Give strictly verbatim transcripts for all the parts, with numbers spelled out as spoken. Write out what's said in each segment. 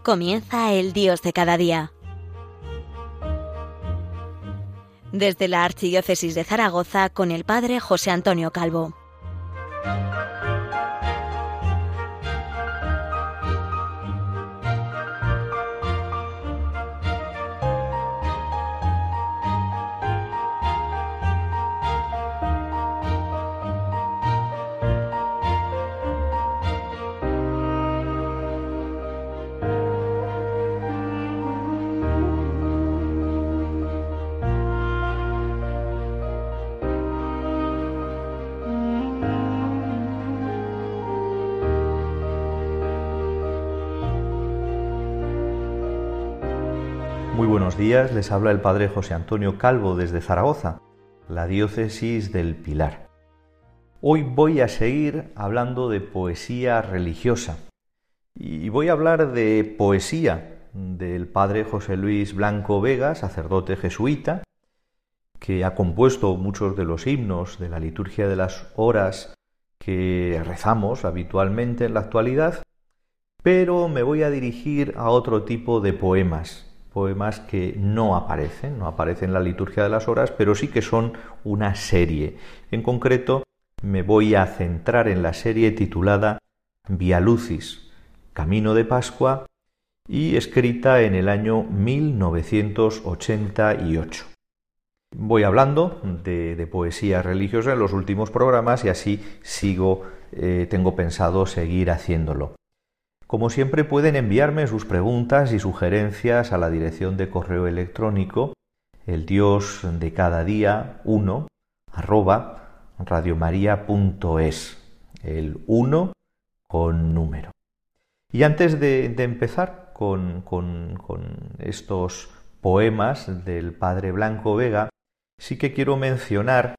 Comienza el Dios de cada día. Desde la Archidiócesis de Zaragoza con el Padre José Antonio Calvo. Muy buenos días, les habla el Padre José Antonio Calvo desde Zaragoza, la diócesis del Pilar. Hoy voy a seguir hablando de poesía religiosa y voy a hablar de poesía del Padre José Luis Blanco Vega, sacerdote jesuita, que ha compuesto muchos de los himnos de la liturgia de las horas que rezamos habitualmente en la actualidad, pero me voy a dirigir a otro tipo de poemas. Poemas que no aparecen, no aparecen en la liturgia de las horas, pero sí que son una serie. En concreto, me voy a centrar en la serie titulada Via Lucis, Camino de Pascua, y escrita en el año mil novecientos ochenta y ocho. Voy hablando de, de poesía religiosa en los últimos programas y así sigo, eh, tengo pensado seguir haciéndolo. Como siempre pueden enviarme sus preguntas y sugerencias a la dirección de correo electrónico el Dios de cada día uno arroba radiomaria.es, el uno con número. Y antes de, de empezar con, con, con estos poemas del Padre Blanco Vega, sí que quiero mencionar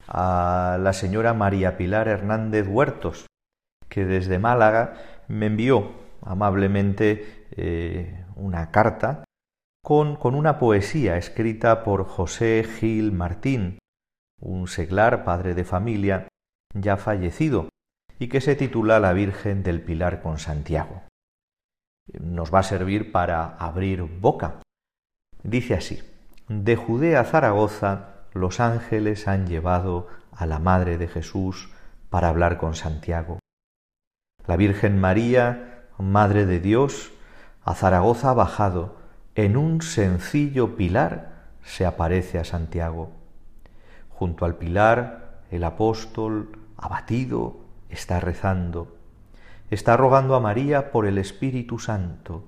a la señora María Pilar Hernández Huertos, que desde Málaga me envió amablemente eh, una carta con, con una poesía escrita por José Gil Martín, un seglar, padre de familia, ya fallecido, y que se titula La Virgen del Pilar con Santiago. Nos va a servir para abrir boca. Dice así: de Judea a Zaragoza los ángeles han llevado a la Madre de Jesús para hablar con Santiago. La Virgen María, Madre de Dios, a Zaragoza ha bajado, en un sencillo pilar se aparece a Santiago. Junto al pilar, el apóstol, abatido, está rezando. Está rogando a María por el Espíritu Santo.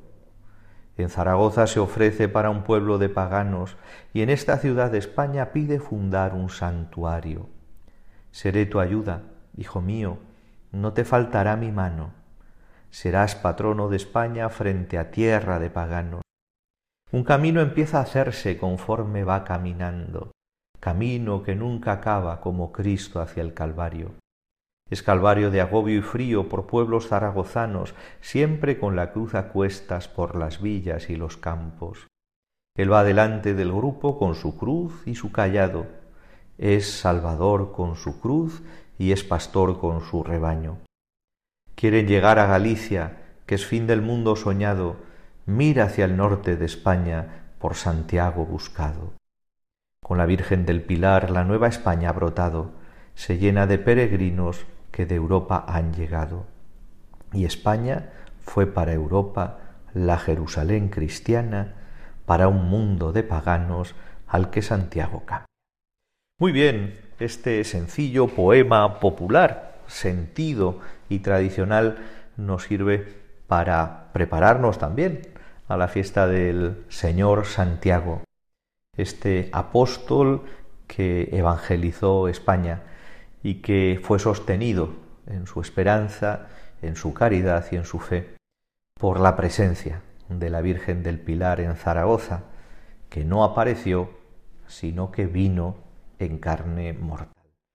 En Zaragoza se ofrece para un pueblo de paganos y en esta ciudad de España pide fundar un santuario. Seré tu ayuda, hijo mío, no te faltará mi mano. Serás patrono de España frente a tierra de paganos. Un camino empieza a hacerse conforme va caminando, camino que nunca acaba como Cristo hacia el Calvario. Es calvario de agobio y frío por pueblos zaragozanos, siempre con la cruz a cuestas por las villas y los campos. Él va delante del grupo con su cruz y su cayado. Es salvador con su cruz y es pastor con su rebaño. Quieren llegar a Galicia, que es fin del mundo soñado. Mira hacia el norte de España, por Santiago buscado. Con la Virgen del Pilar la nueva España ha brotado, se llena de peregrinos que de Europa han llegado. Y España fue para Europa la Jerusalén cristiana, para un mundo de paganos al que Santiago cambia. Muy bien, este sencillo poema popular, sentido y tradicional, nos sirve para prepararnos también a la fiesta del Señor Santiago, este apóstol que evangelizó España y que fue sostenido en su esperanza, en su caridad y en su fe por la presencia de la Virgen del Pilar en Zaragoza, que no apareció, sino que vino en carne mortal.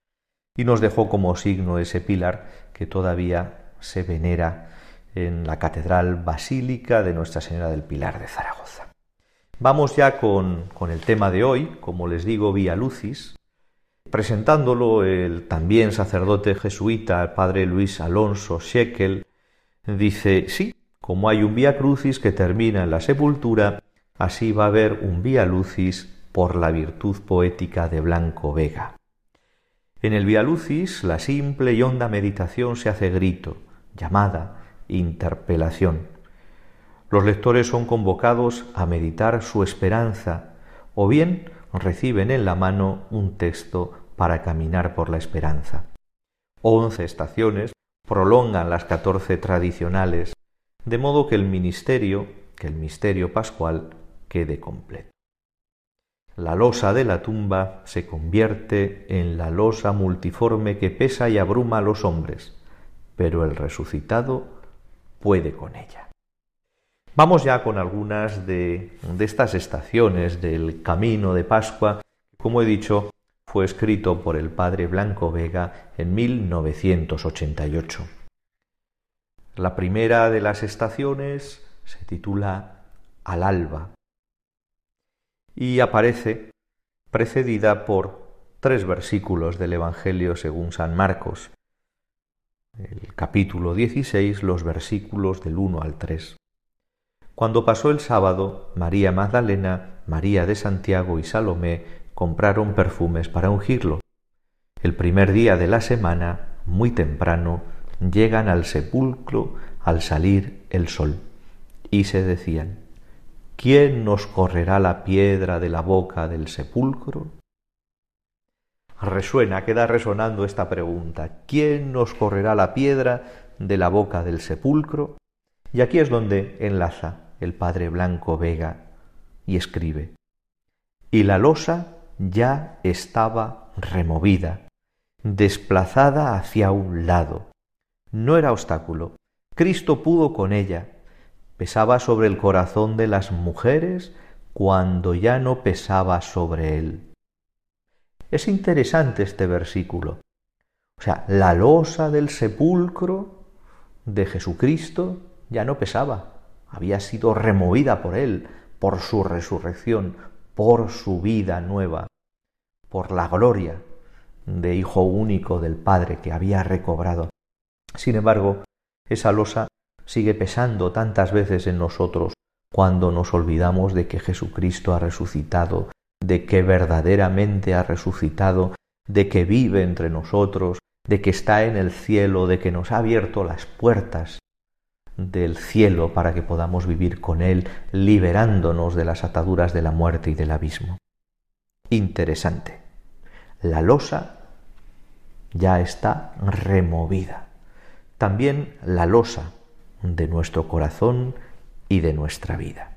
Y nos dejó como signo ese pilar que todavía se venera en la Catedral Basílica de Nuestra Señora del Pilar de Zaragoza. Vamos ya con, con el tema de hoy, como les digo, Via Lucis, presentándolo el también sacerdote jesuita, el padre Luis Alonso Shekel, dice, sí, Como hay un Vía Crucis que termina en la sepultura, así va a haber un Vía Lucis por la virtud poética de Blanco Vega. En el Vía Lucis, la simple y honda meditación se hace grito, llamada, interpelación. Los lectores son convocados a meditar su esperanza, o bien reciben en la mano un texto para caminar por la esperanza. Once estaciones prolongan las catorce tradicionales, de modo que el ministerio, que el misterio pascual, quede completo. La losa de la tumba se convierte en la losa multiforme que pesa y abruma a los hombres, pero el resucitado puede con ella. Vamos ya con algunas de, de estas estaciones del camino de Pascua. Como he dicho, fue escrito por el padre Blanco Vega en mil novecientos ochenta y ocho. La primera de las estaciones se titula Al alba y aparece precedida por tres versículos del Evangelio según San Marcos, el capítulo dieciséis, los versículos del uno al tres. Cuando pasó el sábado, María Magdalena, María de Santiago y Salomé compraron perfumes para ungirlo. El primer día de la semana, muy temprano, llegan al sepulcro al salir el sol, y se decían: ¿quién nos correrá la piedra de la boca del sepulcro? Resuena, queda resonando esta pregunta: ¿quién nos correrá la piedra de la boca del sepulcro? Y aquí es donde enlaza el padre Blanco Vega y escribe: y la losa ya estaba removida, desplazada hacia un lado. No era obstáculo. Cristo pudo con ella. Pesaba sobre el corazón de las mujeres cuando ya no pesaba sobre él. Es interesante este versículo. O sea, la losa del sepulcro de Jesucristo ya no pesaba. Había sido removida por él, por su resurrección, por su vida nueva, por la gloria de Hijo único del Padre que había recobrado. Sin embargo, esa losa sigue pesando tantas veces en nosotros cuando nos olvidamos de que Jesucristo ha resucitado, de que verdaderamente ha resucitado, de que vive entre nosotros, de que está en el cielo, de que nos ha abierto las puertas del cielo para que podamos vivir con Él, liberándonos de las ataduras de la muerte y del abismo. Interesante. La losa ya está removida. También la losa de nuestro corazón y de nuestra vida.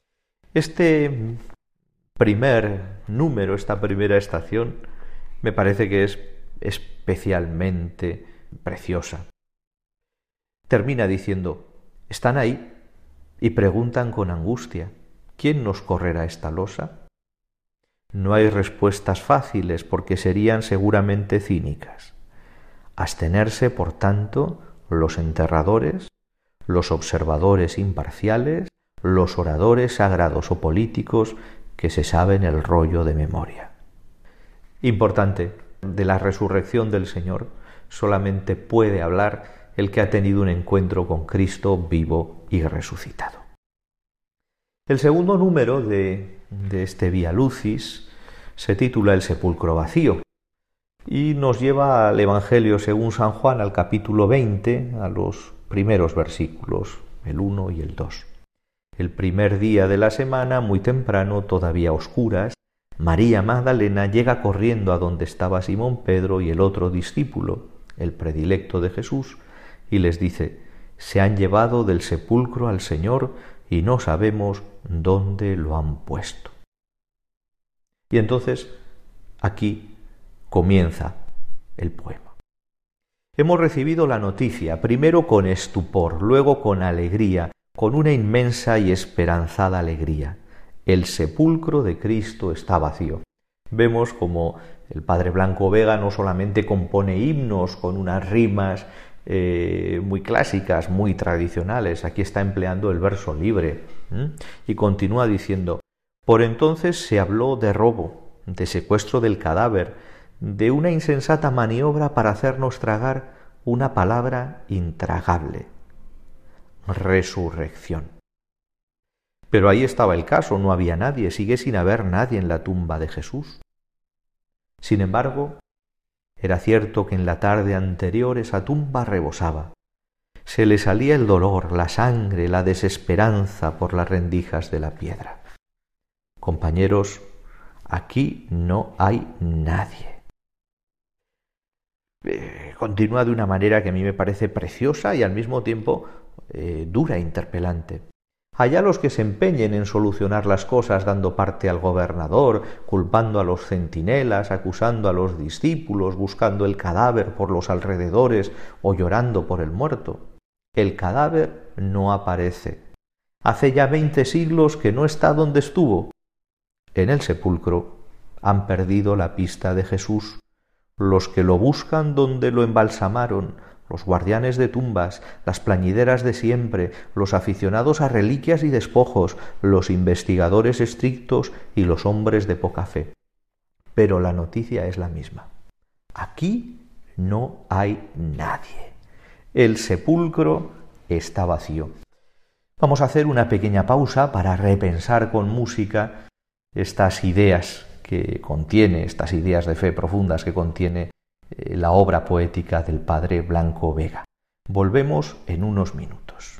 Este primer número, esta primera estación, me parece que es especialmente preciosa. Termina diciendo: están ahí y preguntan con angustia: ¿quién nos correrá esta losa? No hay respuestas fáciles porque serían seguramente cínicas. Abstenerse, por tanto, los enterradores, los observadores imparciales, los oradores sagrados o políticos que se saben el rollo de memoria. Importante, de la resurrección del Señor solamente puede hablar el que ha tenido un encuentro con Cristo vivo y resucitado. El segundo número de, de este Vía Lucis se titula El sepulcro vacío y nos lleva al Evangelio según San Juan, al capítulo veinte, a los primeros versículos, el uno y el dos. El primer día de la semana, muy temprano, todavía a oscuras, María Magdalena llega corriendo a donde estaba Simón Pedro y el otro discípulo, el predilecto de Jesús, y les dice: se han llevado del sepulcro al Señor y no sabemos dónde lo han puesto. Y entonces aquí comienza el poema. Hemos recibido la noticia, primero con estupor, luego con alegría, con una inmensa y esperanzada alegría. El sepulcro de Cristo está vacío. Vemos como el padre Blanco Vega no solamente compone himnos con unas rimas eh, muy clásicas, muy tradicionales, aquí está empleando el verso libre, ¿eh? Y continúa diciendo: por entonces se habló de robo, de secuestro del cadáver, de una insensata maniobra para hacernos tragar una palabra intragable. resurrección. Pero ahí estaba el caso, no había nadie, sigue sin haber nadie en la tumba de Jesús. Sin embargo, era cierto que en la tarde anterior esa tumba rebosaba. Se le salía el dolor, la sangre, la desesperanza por las rendijas de la piedra. Compañeros, aquí no hay nadie. Eh, continúa de una manera que a mí me parece preciosa y al mismo tiempo eh, dura e interpelante. Allá los que se empeñen en solucionar las cosas dando parte al gobernador, culpando a los centinelas, acusando a los discípulos, buscando el cadáver por los alrededores o llorando por el muerto. El cadáver no aparece. Hace ya veinte siglos que no está donde estuvo. En el sepulcro han perdido la pista de Jesús. Los que lo buscan donde lo embalsamaron, los guardianes de tumbas, las plañideras de siempre, los aficionados a reliquias y despojos, los investigadores estrictos y los hombres de poca fe. Pero la noticia es la misma. Aquí no hay nadie. El sepulcro está vacío. Vamos a hacer una pequeña pausa para repensar con música estas ideas que contiene, estas ideas de fe profundas que contiene eh, la obra poética del padre Blanco Vega. Volvemos en unos minutos.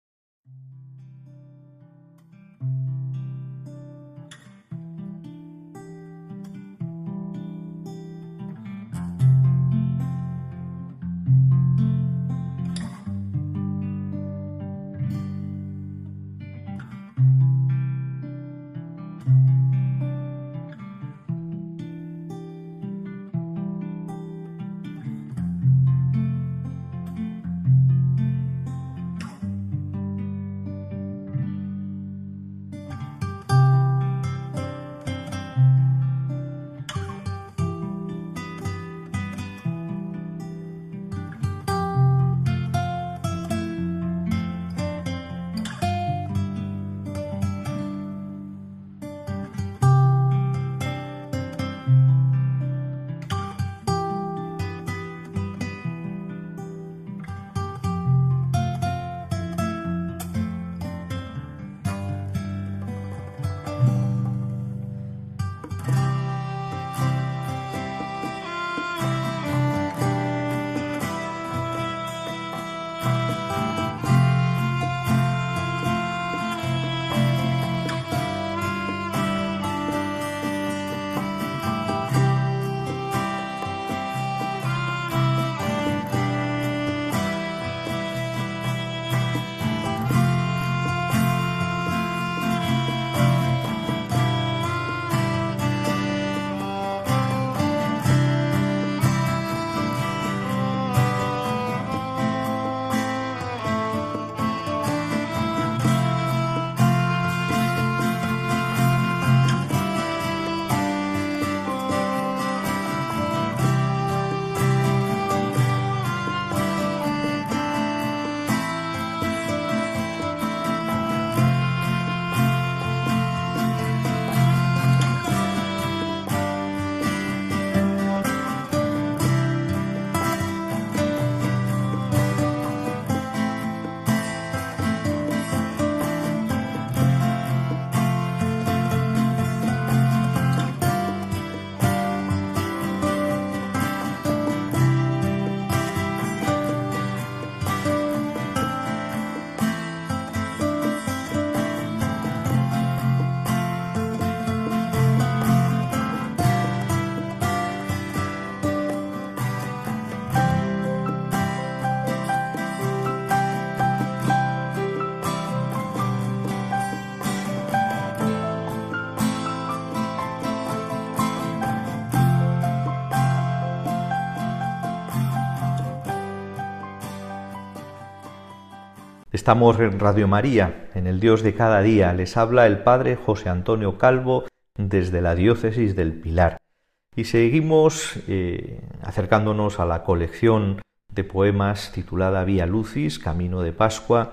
Estamos en Radio María, en el Dios de cada día. Les habla el padre José Antonio Calvo desde la diócesis del Pilar. Y seguimos eh, acercándonos a la colección de poemas titulada Vía Lucis, Camino de Pascua,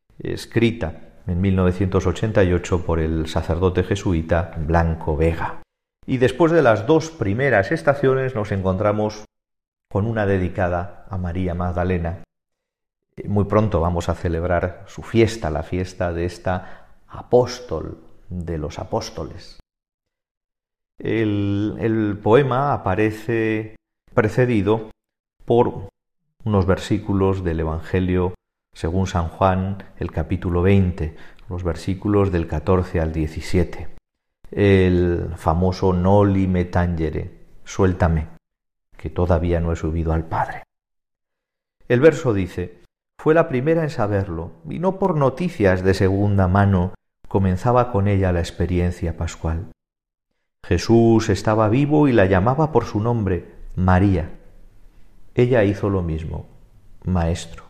escrita en mil novecientos ochenta y ocho por el sacerdote jesuita Blanco Vega. Y después de las dos primeras estaciones nos encontramos con una dedicada a María Magdalena. Muy pronto vamos a celebrar su fiesta, la fiesta de esta apóstol de los apóstoles. El, el poema aparece precedido por unos versículos del Evangelio según San Juan, el capítulo veinte, los versículos del catorce al diecisiete. El famoso Noli me tangere, suéltame, que todavía no he subido al Padre. El verso dice: fue la primera en saberlo, y no por noticias de segunda mano comenzaba con ella la experiencia pascual. Jesús estaba vivo y la llamaba por su nombre, María. Ella hizo lo mismo, Maestro.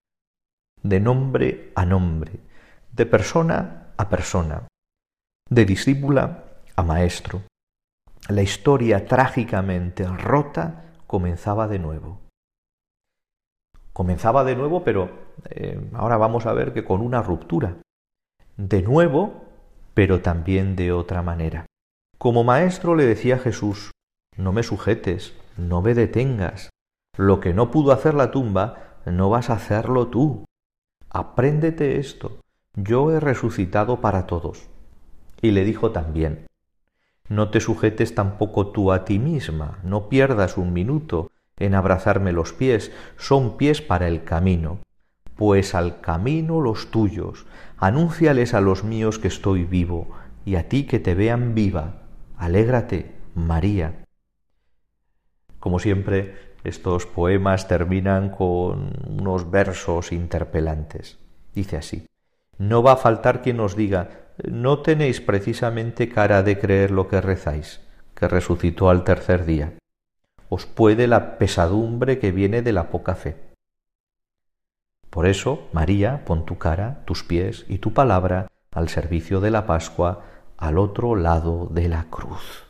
De nombre a nombre, de persona a persona, de discípula a maestro. La historia trágicamente rota comenzaba de nuevo. Comenzaba de nuevo, pero eh, ahora vamos a ver que con una ruptura. De nuevo, pero también de otra manera. Como maestro le decía Jesús: no me sujetes, no me detengas. Lo que no pudo hacer la tumba, no vas a hacerlo tú. Apréndete esto, yo he resucitado para todos. Y le dijo también: no te sujetes tampoco tú a ti misma, no pierdas un minuto en abrazarme los pies, son pies para el camino. Pues al camino los tuyos, anúnciales a los míos que estoy vivo, y a ti que te vean viva, alégrate, María. Como siempre, estos poemas terminan con unos versos interpelantes. Dice así: no va a faltar quien os diga: no tenéis precisamente cara de creer lo que rezáis, que resucitó al tercer día. Os puede la pesadumbre que viene de la poca fe. Por eso, María, pon tu cara, tus pies y tu palabra al servicio de la Pascua, al otro lado de la cruz.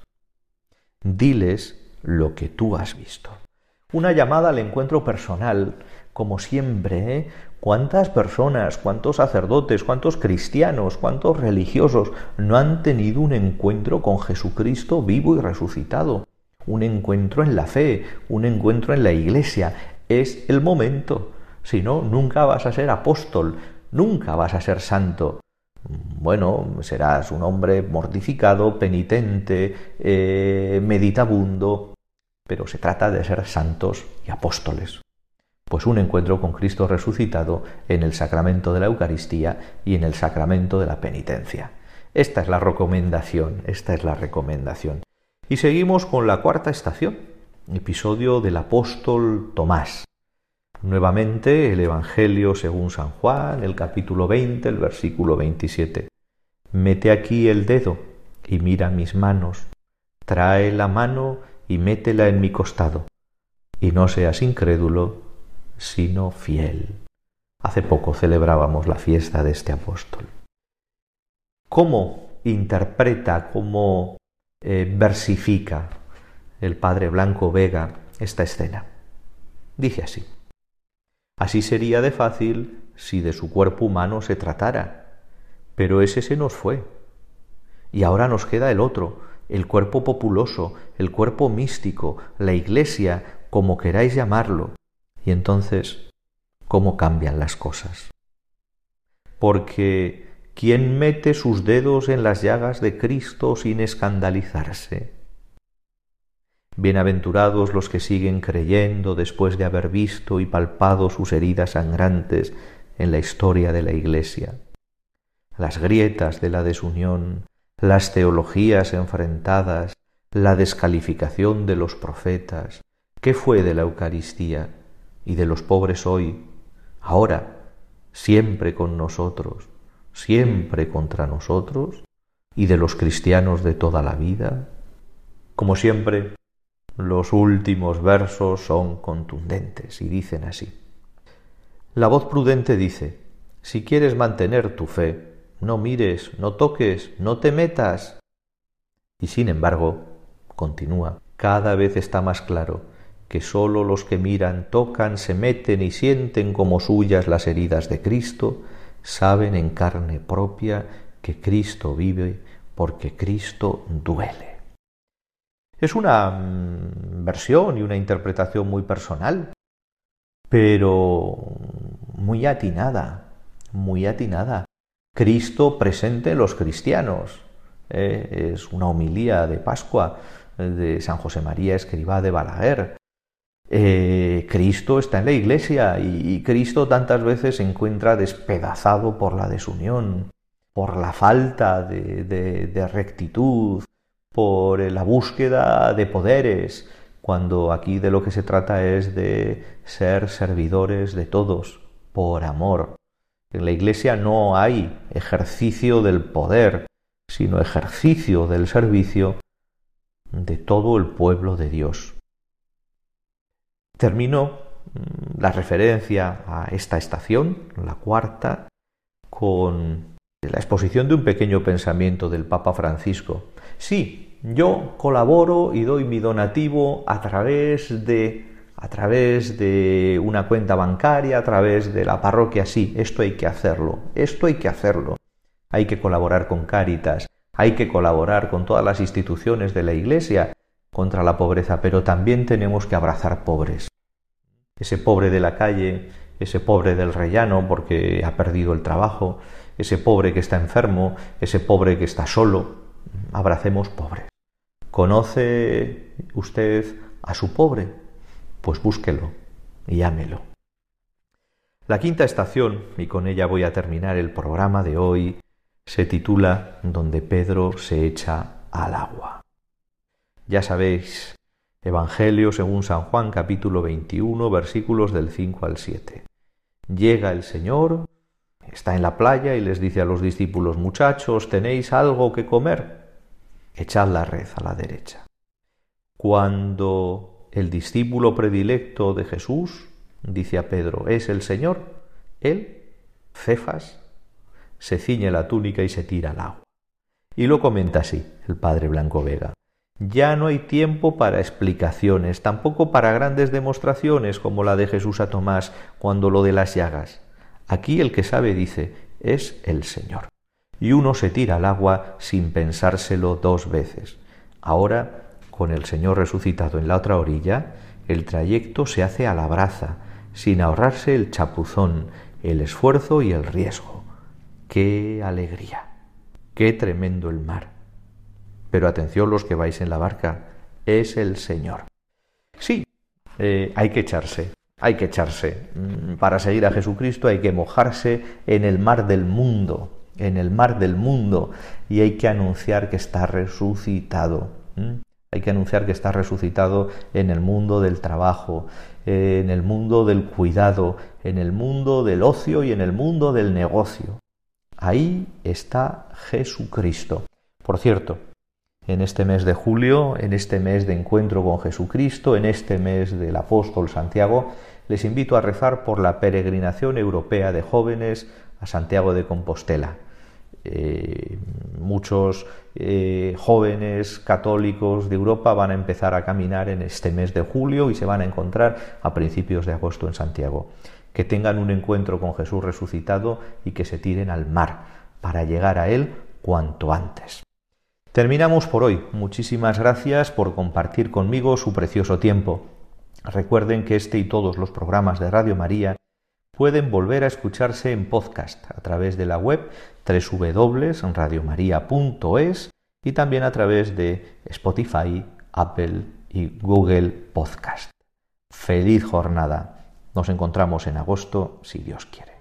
Diles lo que tú has visto. Una llamada al encuentro personal, como siempre, ¿eh? ¿Cuántas personas, cuántos sacerdotes, cuántos cristianos, cuántos religiosos no han tenido un encuentro con Jesucristo vivo y resucitado? Un encuentro en la fe, un encuentro en la Iglesia. Es el momento. Si no, nunca vas a ser apóstol, nunca vas a ser santo. Bueno, serás un hombre mortificado, penitente, eh, meditabundo, pero se trata de ser santos y apóstoles. Pues un encuentro con Cristo resucitado en el sacramento de la Eucaristía y en el sacramento de la penitencia. Esta es la recomendación, esta es la recomendación. Y seguimos con la cuarta estación, episodio del apóstol Tomás. Nuevamente el Evangelio según San Juan, el capítulo veinte, el versículo veintisiete. Mete aquí el dedo y mira mis manos. Trae la mano y métela en mi costado. Y no seas incrédulo, sino fiel. Hace poco celebrábamos la fiesta de este apóstol. ¿Cómo interpreta, cómo eh, versifica el padre Blanco Vega esta escena? Dice así: así sería de fácil si de su cuerpo humano se tratara, pero ese se nos fue. Y ahora nos queda el otro, el cuerpo populoso, el cuerpo místico, la Iglesia, como queráis llamarlo. Y entonces, ¿cómo cambian las cosas? Porque ¿quién mete sus dedos en las llagas de Cristo sin escandalizarse? Bienaventurados los que siguen creyendo después de haber visto y palpado sus heridas sangrantes en la historia de la Iglesia. Las grietas de la desunión, las teologías enfrentadas, la descalificación de los profetas. ¿Qué fue de la Eucaristía y de los pobres hoy, ahora, siempre con nosotros, siempre contra nosotros, y de los cristianos de toda la vida? Como siempre, los últimos versos son contundentes y dicen así. La voz prudente dice: si quieres mantener tu fe, no mires, no toques, no te metas. Y sin embargo, continúa, cada vez está más claro que sólo los que miran, tocan, se meten y sienten como suyas las heridas de Cristo, saben en carne propia que Cristo vive porque Cristo duele. Es una mm, versión y una interpretación muy personal, pero muy atinada, muy atinada. Cristo presente en los cristianos. Eh, es una homilía de Pascua de San José María Escrivá de Balaguer. Eh, Cristo está en la Iglesia y, y Cristo tantas veces se encuentra despedazado por la desunión, por la falta de, de, de rectitud, por la búsqueda de poderes, cuando aquí de lo que se trata es de ser servidores de todos, por amor. En la Iglesia no hay ejercicio del poder, sino ejercicio del servicio de todo el pueblo de Dios. Termino la referencia a esta estación, la cuarta, con la exposición de un pequeño pensamiento del Papa Francisco. Sí, yo colaboro y doy mi donativo a través de, a través de una cuenta bancaria, a través de la parroquia. Sí, esto hay que hacerlo, esto hay que hacerlo. Hay que colaborar con Cáritas, hay que colaborar con todas las instituciones de la Iglesia contra la pobreza, pero también tenemos que abrazar pobres. Ese pobre de la calle, ese pobre del rellano porque ha perdido el trabajo, ese pobre que está enfermo, ese pobre que está solo. Abracemos pobres. ¿Conoce usted a su pobre? Pues búsquelo y ámelo. La quinta estación, y con ella voy a terminar el programa de hoy, se titula Donde Pedro se echa al agua. Ya sabéis, Evangelio según San Juan, capítulo veintiuno, versículos del cinco al siete. Llega el Señor, está en la playa y les dice a los discípulos: muchachos, ¿tenéis algo que comer? Echad la red a la derecha. Cuando el discípulo predilecto de Jesús dice a Pedro: es el Señor, él, Cefas, se ciñe la túnica y se tira al agua. Y lo comenta así el padre Blanco Vega: ya no hay tiempo para explicaciones, tampoco para grandes demostraciones como la de Jesús a Tomás cuando lo de las llagas. Aquí el que sabe dice: es el Señor. Y uno se tira al agua sin pensárselo dos veces. Ahora, con el Señor resucitado en la otra orilla, el trayecto se hace a la braza, sin ahorrarse el chapuzón, el esfuerzo y el riesgo. ¡Qué alegría! ¡Qué tremendo el mar! Pero atención los que vais en la barca, es el Señor. Sí, eh, hay que echarse, hay que echarse. Para seguir a Jesucristo hay que mojarse en el mar del mundo, en el mar del mundo, y hay que anunciar que está resucitado. ¿Mm? Hay que anunciar que está resucitado en el mundo del trabajo, eh, en el mundo del cuidado, en el mundo del ocio y en el mundo del negocio. Ahí está Jesucristo. Por cierto, en este mes de julio, en este mes de encuentro con Jesucristo, en este mes del apóstol Santiago, les invito a rezar por la peregrinación europea de jóvenes a Santiago de Compostela. Eh, muchos eh, jóvenes católicos de Europa van a empezar a caminar en este mes de julio y se van a encontrar a principios de agosto en Santiago. Que tengan un encuentro con Jesús resucitado y que se tiren al mar para llegar a Él cuanto antes. Terminamos por hoy. Muchísimas gracias por compartir conmigo su precioso tiempo. Recuerden que este y todos los programas de Radio María pueden volver a escucharse en podcast a través de la web doble u doble u doble u punto radio maría punto es y también a través de Spotify, Apple y Google Podcast. ¡Feliz jornada! Nos encontramos en agosto, si Dios quiere.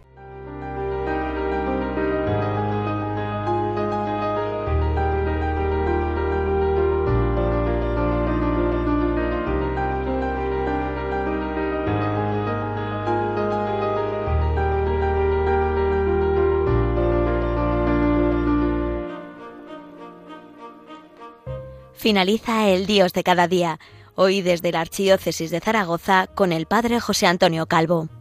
Finaliza el Dios de cada día, hoy desde la Archidiócesis de Zaragoza con el Padre José Antonio Calvo.